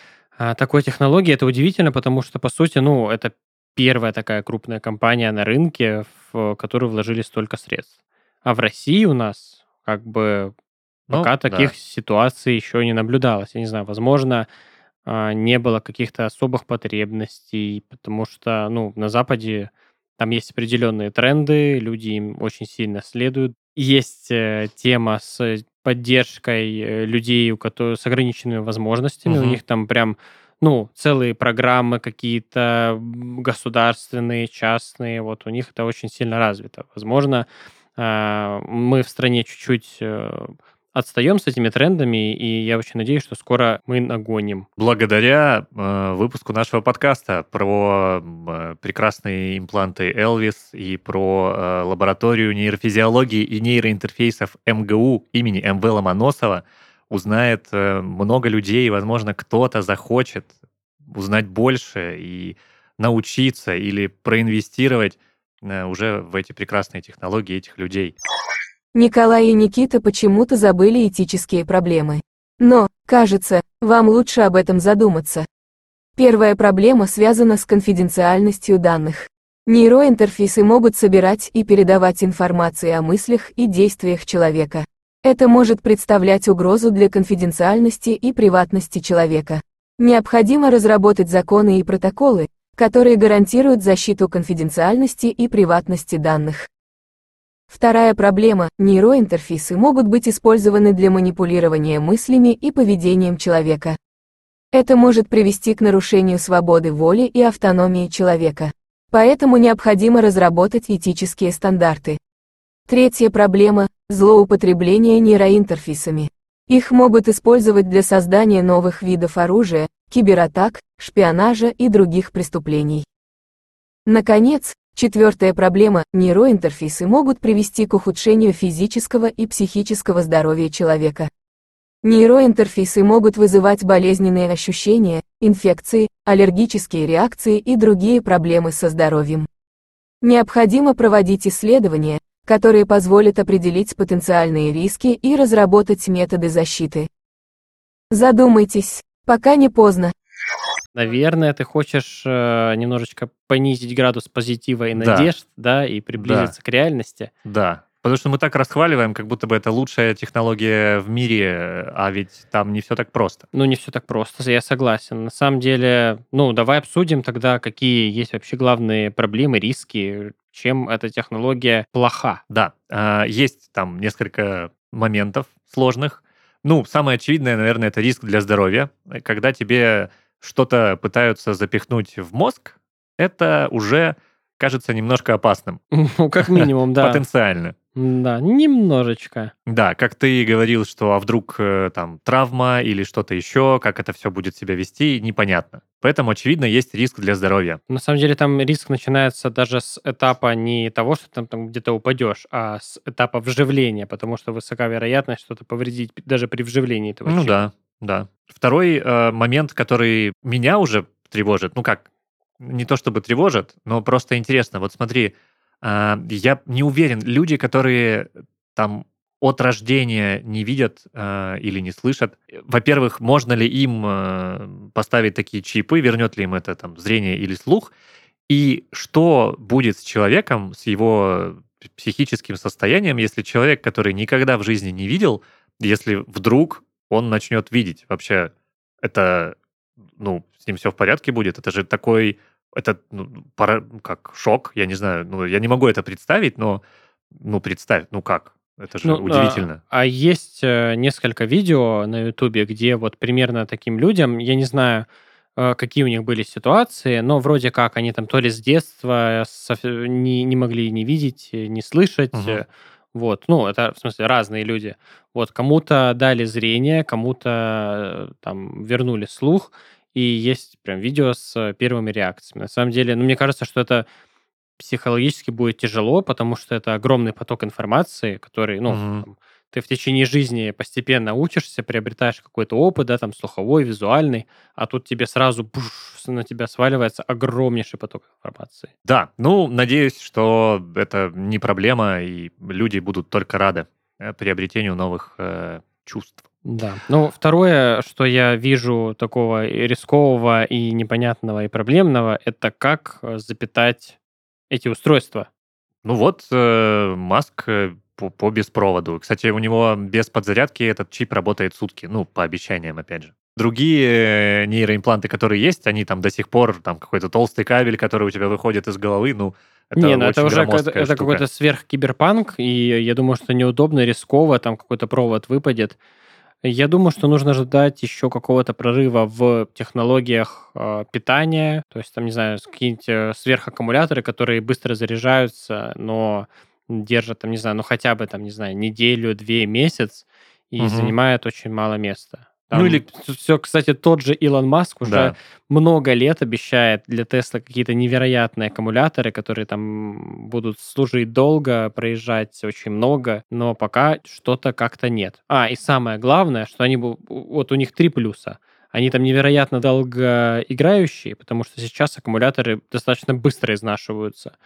а, такой технологии это удивительно, потому что, по сути, ну, это первая такая крупная компания на рынке, в которую вложили столько средств. А в России у нас как бы Ну, пока да. таких ситуаций еще не наблюдалось. Я не знаю, возможно, а, не было каких-то особых потребностей, потому что, ну, на Западе там есть определенные тренды, люди им очень сильно следуют. Есть э, тема с поддержкой э, людей, у которых с ограниченными возможностями. У Мгм. них там прям, ну, целые программы какие-то м, государственные, частные. Вот у них это очень сильно развито. Возможно, а, мы в стране чуть-чуть э, отстаем с этими трендами, и я очень надеюсь, что скоро мы нагоним. Благодаря э, выпуску нашего подкаста про м, э, прекрасные импланты Elvis и про э, лабораторию нейрофизиологии и нейроинтерфейсов МГУ имени М В Ломоносова узнает э, много людей, и, возможно, кто-то захочет узнать больше и научиться или проинвестировать э, уже в эти прекрасные технологии этих людей. Николай и Никита почему-то забыли этические проблемы. Но, кажется, вам лучше об этом задуматься. Первая проблема связана с конфиденциальностью данных. Нейроинтерфейсы могут собирать и передавать информацию о мыслях и действиях человека. Это может представлять угрозу для конфиденциальности и приватности человека. Необходимо разработать законы и протоколы, которые гарантируют защиту конфиденциальности и приватности данных. Вторая проблема – нейроинтерфейсы могут быть использованы для манипулирования мыслями и поведением человека. Это может привести к нарушению свободы воли и автономии человека. Поэтому необходимо разработать этические стандарты. Третья проблема – злоупотребление нейроинтерфейсами. Их могут использовать для создания новых видов оружия, кибератак, шпионажа и других преступлений. Наконец, четвертая проблема – нейроинтерфейсы могут привести к ухудшению физического и психического здоровья человека. Нейроинтерфейсы могут вызывать болезненные ощущения, инфекции, аллергические реакции и другие проблемы со здоровьем. Необходимо проводить исследования, которые позволят определить потенциальные риски и разработать методы защиты. Задумайтесь, пока не поздно. Наверное, ты хочешь э, немножечко понизить градус позитива и Да. надежд, да, и приблизиться к реальности. Да, потому что мы так расхваливаем, как будто бы это лучшая технология в мире, а ведь там не все так просто. Ну, не все так просто, я согласен. На самом деле, ну, давай обсудим тогда, какие есть вообще главные проблемы, риски, чем эта технология плоха. Да, а, есть там несколько моментов сложных. Ну, самое очевидное, наверное, это риск для здоровья. Когда тебе что-то пытаются запихнуть в мозг, это уже кажется немножко опасным. Ну, как минимум, да. Потенциально. Да, немножечко. Да, как ты говорил, что а вдруг э, там травма или что-то еще, как это все будет себя вести, непонятно. Поэтому, очевидно, есть риск для здоровья. На самом деле там риск начинается даже с этапа не того, что ты там где-то упадешь, а с этапа вживления, потому что высока вероятность что-то повредить даже при вживлении этого Ну чипа. да, да. Второй э, момент, который меня уже тревожит, ну как, не то чтобы тревожит, но просто интересно. Вот смотри, а, я не уверен, люди, которые там от рождения не видят э, или не слышат, э, во-первых, можно ли им э, поставить такие чипы, вернет ли им это там зрение или слух, и что будет с человеком, с его психическим состоянием, если человек, который никогда в жизни не видел, если вдруг он начнет видеть вообще, это, ну, с ним все в порядке будет? Это же такой, это, ну, пара- ну, как шок, я не знаю, ну, я не могу это представить, но, ну, представь, ну как? Это же Ну, а, удивительно. а есть э, несколько видео на Ютубе, где вот примерно таким людям, я не знаю, э, какие у них были ситуации, но вроде как они там то ли с детства соф- не, не могли не видеть, э, не слышать. Мгм. э, Вот, ну, это, в смысле, разные люди. Вот, кому-то дали зрение, кому-то э, там вернули слух, и есть прям видео с э, первыми реакциями. На самом деле, ну, мне кажется, что это психологически будет тяжело, потому что это огромный поток информации, который, ну, Мгм. там, ты в течение жизни постепенно учишься, приобретаешь какой-то опыт, да, там, слуховой, визуальный, а тут тебе сразу буш, на тебя сваливается огромнейший поток информации. Да, ну, надеюсь, что это не проблема, и люди будут только рады э, приобретению новых э, чувств. Да. Ну, второе, что я вижу такого и рискового, и непонятного, и проблемного, это как э, запитать эти устройства. Ну вот, э, Маск э, по, по беспроводу. Кстати, у него без подзарядки этот чип работает сутки, ну, по обещаниям, опять же. Другие э, нейроимпланты, которые есть, они там до сих пор, там какой-то толстый кабель, который у тебя выходит из головы, ну, это Не, ну очень это уже какой-то- громоздкая это штука. какой-то сверхкиберпанк, и я думаю, что неудобно, рисково, там какой-то провод выпадет. Я думаю, что нужно ждать еще какого-то прорыва в технологиях э, питания, то есть там, не знаю, с- какие-нибудь э, сверхаккумуляторы, которые быстро заряжаются, но держат там, не знаю, ну хотя бы там, не знаю, неделю, две, месяц и Мгм. занимают очень мало места. Ну Там или, все, кстати, тот же Илон Маск уже да. много лет обещает для Тесла какие-то невероятные аккумуляторы, которые там будут служить долго, проезжать очень много, но пока что-то как-то нет. А, и самое главное, что они, бу- вот у них три плюса. Они там невероятно долго играющие, потому что сейчас аккумуляторы достаточно быстро изнашиваются.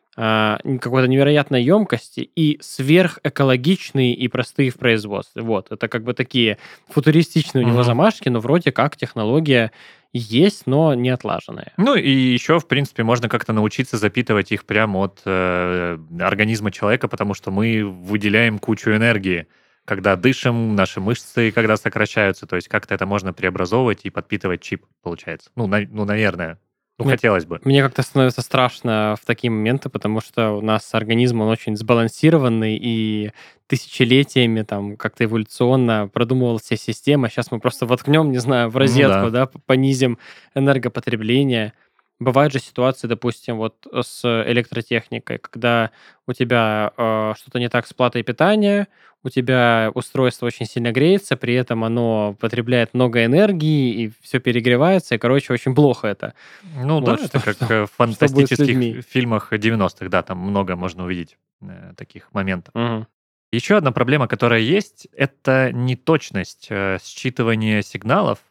А, н- какой-то невероятной емкости и сверхэкологичные и простые в производстве. Вот, это как бы такие футуристичные у него Мгм. замашки, но вроде как технология есть, но не отлаженная. Ну и еще, в принципе, можно как-то научиться запитывать их прямо от э, организма человека, потому что мы выделяем кучу энергии, когда дышим, наши мышцы, когда сокращаются. То есть как-то это можно преобразовывать и подпитывать чип, получается. Ну, на- ну наверное. Ну, Мне, хотелось бы. мне как-то становится страшно в такие моменты, потому что у нас организм, он очень сбалансированный, и тысячелетиями там как-то эволюционно продумывалась вся система. Сейчас мы просто воткнем, не знаю, в Ну розетку, да. да, п- понизим энергопотребление. Бывают же ситуации, допустим, вот с электротехникой, когда у тебя э, что-то не так с платой питания, у тебя устройство очень сильно греется, при этом оно потребляет много энергии, и все перегревается, и, короче, очень плохо это. Ну да, Вот это что, как что, э, в что будет с фантастических людьми? фи- фильмах девяностых, да, там много можно увидеть э, таких моментов. Мгм. Еще одна проблема, которая есть, это неточность э, считывания сигналов.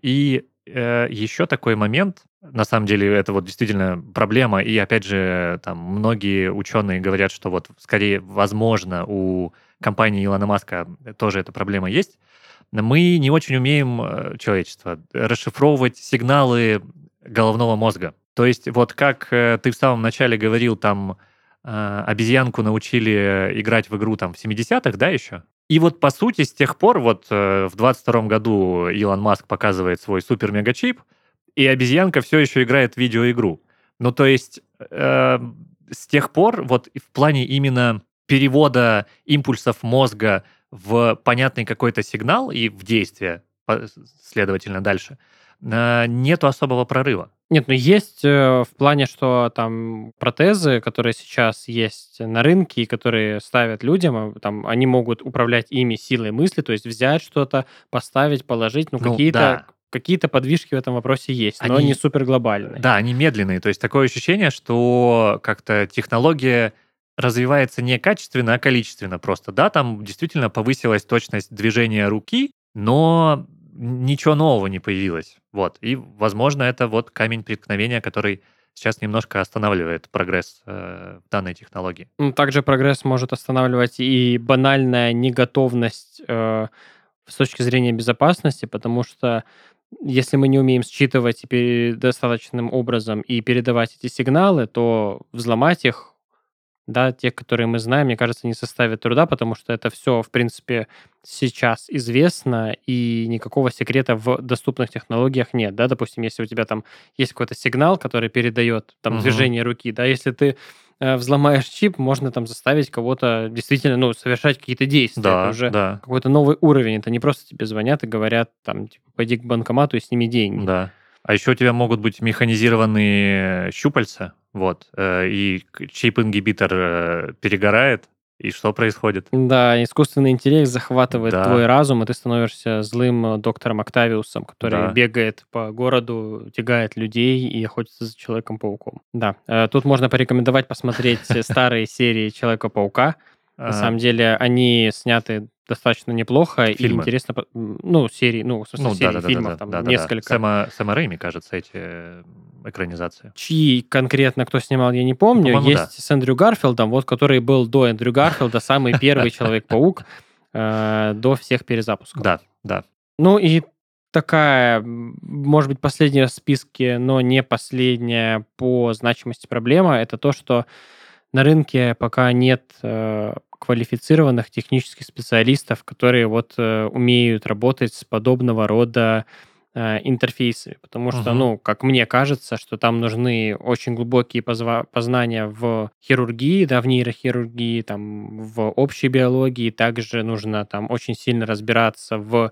И э, еще такой момент, на самом деле, это вот действительно проблема. И опять же, там многие ученые говорят, что вот скорее, возможно, у компании Илона Маска тоже эта проблема есть. Мы не очень умеем, э, человечество, расшифровывать сигналы головного мозга. То есть вот как э, ты в самом начале говорил, там э, обезьянку научили играть в игру там в семидесятых, да, еще? И вот по сути с тех пор, вот э, в двадцать втором году Илон Маск показывает свой супер-мегачип, и обезьянка все еще играет в видеоигру. Ну то есть э, с тех пор вот в плане именно перевода импульсов мозга в понятный какой-то сигнал и в действие, по- следовательно, дальше, э, нету особого прорыва. Нет, ну есть э, в плане, что там протезы, которые сейчас есть на рынке и которые ставят людям, а, там, они могут управлять ими силой мысли, то есть взять что-то, поставить, положить, ну Ну какие-то да, какие-то подвижки в этом вопросе есть, но не они, супер глобальные. да, они медленные. То есть такое ощущение, что как-то технология развивается не качественно, а количественно просто. Да, там действительно повысилась точность движения руки, но ничего нового не появилось. Вот. И, возможно, это вот камень преткновения, который сейчас немножко останавливает прогресс э, в данной технологии. Ну, также прогресс может останавливать и банальная неготовность э, с точки зрения безопасности, потому что если мы не умеем считывать и пере- достаточным образом и передавать эти сигналы, то взломать их, да, те, которые мы знаем, мне кажется, не составит труда, потому что это все, в принципе, сейчас известно, и никакого секрета в доступных технологиях нет, да, допустим, если у тебя там есть какой-то сигнал, который передает там Мгм. движение руки, да, если ты э, взломаешь чип, можно там заставить кого-то действительно, ну, совершать какие-то действия, это Да, уже да, какой-то новый уровень, это не просто тебе звонят и говорят, там, типа, пойди к банкомату и сними деньги. да. А еще у тебя могут быть механизированные щупальца, вот, э, и к- чип-ингибитор э, перегорает, И что происходит? Да, искусственный интеллект захватывает Да. твой разум, и ты становишься злым э, доктором Октавиусом, который Да. бегает по городу, тягает людей и охотится за Человеком-пауком. Да, э, тут можно порекомендовать посмотреть э, старые серии Человека-паука. На А, самом деле они сняты достаточно неплохо и Фильмы. интересно, по- м, ну, серии, ну, в смысле, Ну, серии да-да-да-да-да, фильмов, там да-да-да. несколько. Сэма, Сэма Рэйми, кажется, эти э, экранизации. Чьи конкретно кто снимал, я не помню. По-моему, да. Есть с Эндрю Гарфилдом, вот который был до Эндрю Гарфилда, самый первый Человек-паук э, до всех перезапусков. Да, да. Ну и такая, м, может быть, последняя в списке, но не последняя по значимости проблема, это то, что на рынке пока нет э, квалифицированных технических специалистов, которые вот э, умеют работать с подобного рода э, интерфейсами, потому что, Мгм. ну, как мне кажется, что там нужны очень глубокие позва- познания в хирургии, да, в нейрохирургии, там, в общей биологии, также нужно там очень сильно разбираться в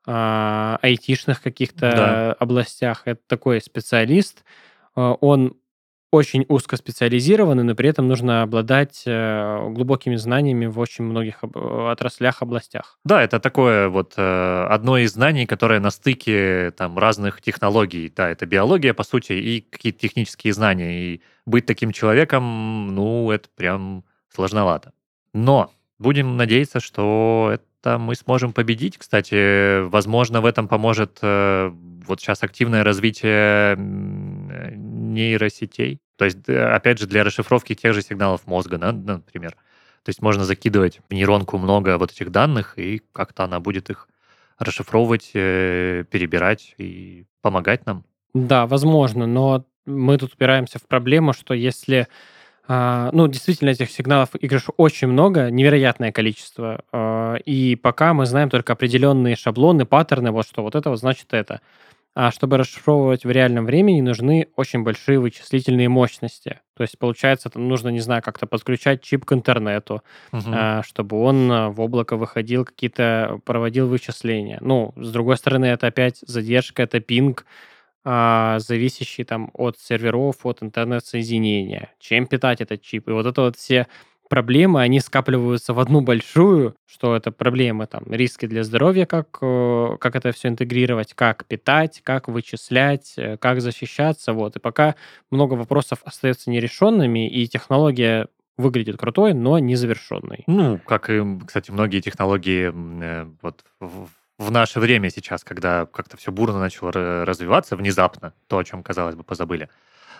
а, айтишных каких-то Да. областях. Это такой специалист, а, он очень узкоспециализированный, но при этом нужно обладать э, глубокими знаниями в очень многих об- э, отраслях, областях. Да, это такое вот э, одно из знаний, которое на стыке там разных технологий. Да, это биология, по сути, и какие-то технические знания. И быть таким человеком, ну, это прям сложновато. Но будем надеяться, что это мы сможем победить. Кстати, возможно, в этом поможет э, вот сейчас активное развитие м, э, нейросетей. То есть, э, опять же, для расшифровки тех же сигналов мозга, да, например. То есть можно закидывать в нейронку много вот этих данных, и как-то она будет их расшифровывать, э, перебирать и помогать нам. Да, возможно, но мы тут упираемся в проблему, что если, а, ну, действительно, этих сигналов игрыш очень много, невероятное количество, а, и пока мы знаем только определенные шаблоны, паттерны, вот что вот это вот значит это. А чтобы расшифровывать в реальном времени, нужны очень большие вычислительные мощности. То есть, получается, там нужно, не знаю, как-то подключать чип к интернету, Мгм. а, чтобы он а, в облако выходил, какие-то проводил вычисления. Ну, с другой стороны, это опять задержка, это пинг, а, зависящий там от серверов, от интернет-соединения. Чем питать этот чип? И вот это вот все проблемы, они скапливаются в одну большую, что это проблемы, там, риски для здоровья, как, э, как это все интегрировать, как питать, как вычислять, э, как защищаться, вот. И пока много вопросов остается нерешенными, и технология выглядит крутой, но не завершенной. Ну, как и, кстати, многие технологии м, э, вот в, в наше время сейчас, когда как-то все бурно начало ра- развиваться внезапно, то, о чем, казалось бы, позабыли.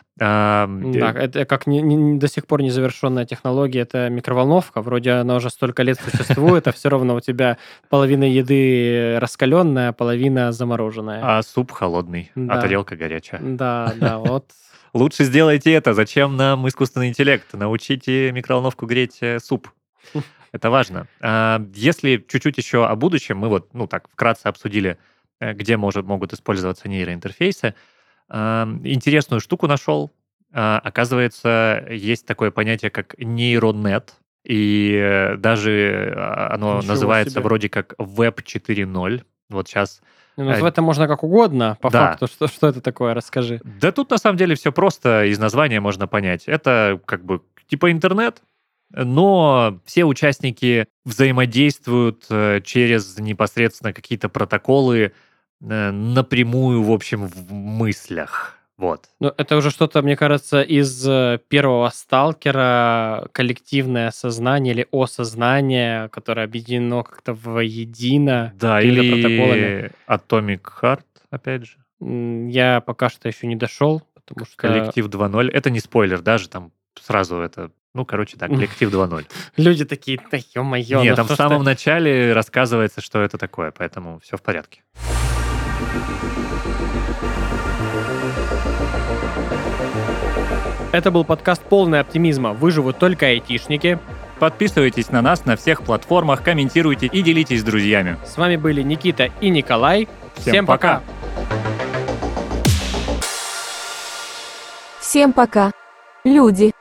А, Да, э, это как не- не- до сих пор незавершенная технология, это микроволновка. Вроде она уже столько лет существует, а все равно у тебя половина еды раскаленная, половина замороженная. а суп холодный, а Да. тарелка горячая. Да, да, вот. Лучше сделайте это. Зачем нам искусственный интеллект? Научите микроволновку греть э, суп. Это важно. А, Если чуть-чуть еще о будущем, мы вот, ну так, вкратце обсудили, э, где может, могут использоваться нейроинтерфейсы. А, Интересную штуку нашел. А, Оказывается, есть такое понятие, как нейронет. И э, даже а, оно Ничего называется себе. вроде как веб четыре ноль. Вот сейчас Ну, назвать это можно как угодно, по да. факту. Что, что это такое, расскажи. Да тут на самом деле все просто, из названия можно понять. Это как бы типа интернет, но все участники взаимодействуют э, через непосредственно какие-то протоколы э, напрямую, в общем, в мыслях. Вот. Ну, это уже что-то, мне кажется, из э, первого сталкера, коллективное сознание или осознание, которое объединено как-то воедино Да, какими-то протоколами. или Atomic Heart, опять же. М, Я пока что еще не дошел, потому что Коллектив два ноль. Это не спойлер, даже там сразу это... Ну, короче, да, коллектив два ноль. люди такие, да ё-моё, Нет, ну там в что ж самом ты?» начале рассказывается, что это такое, поэтому все в порядке. Это был подкаст «Полный оптимизма». Выживут только айтишники. Подписывайтесь на нас на всех платформах, комментируйте и делитесь с друзьями. С вами были Никита и Николай. Всем Всем пока. Всем пока. Люди.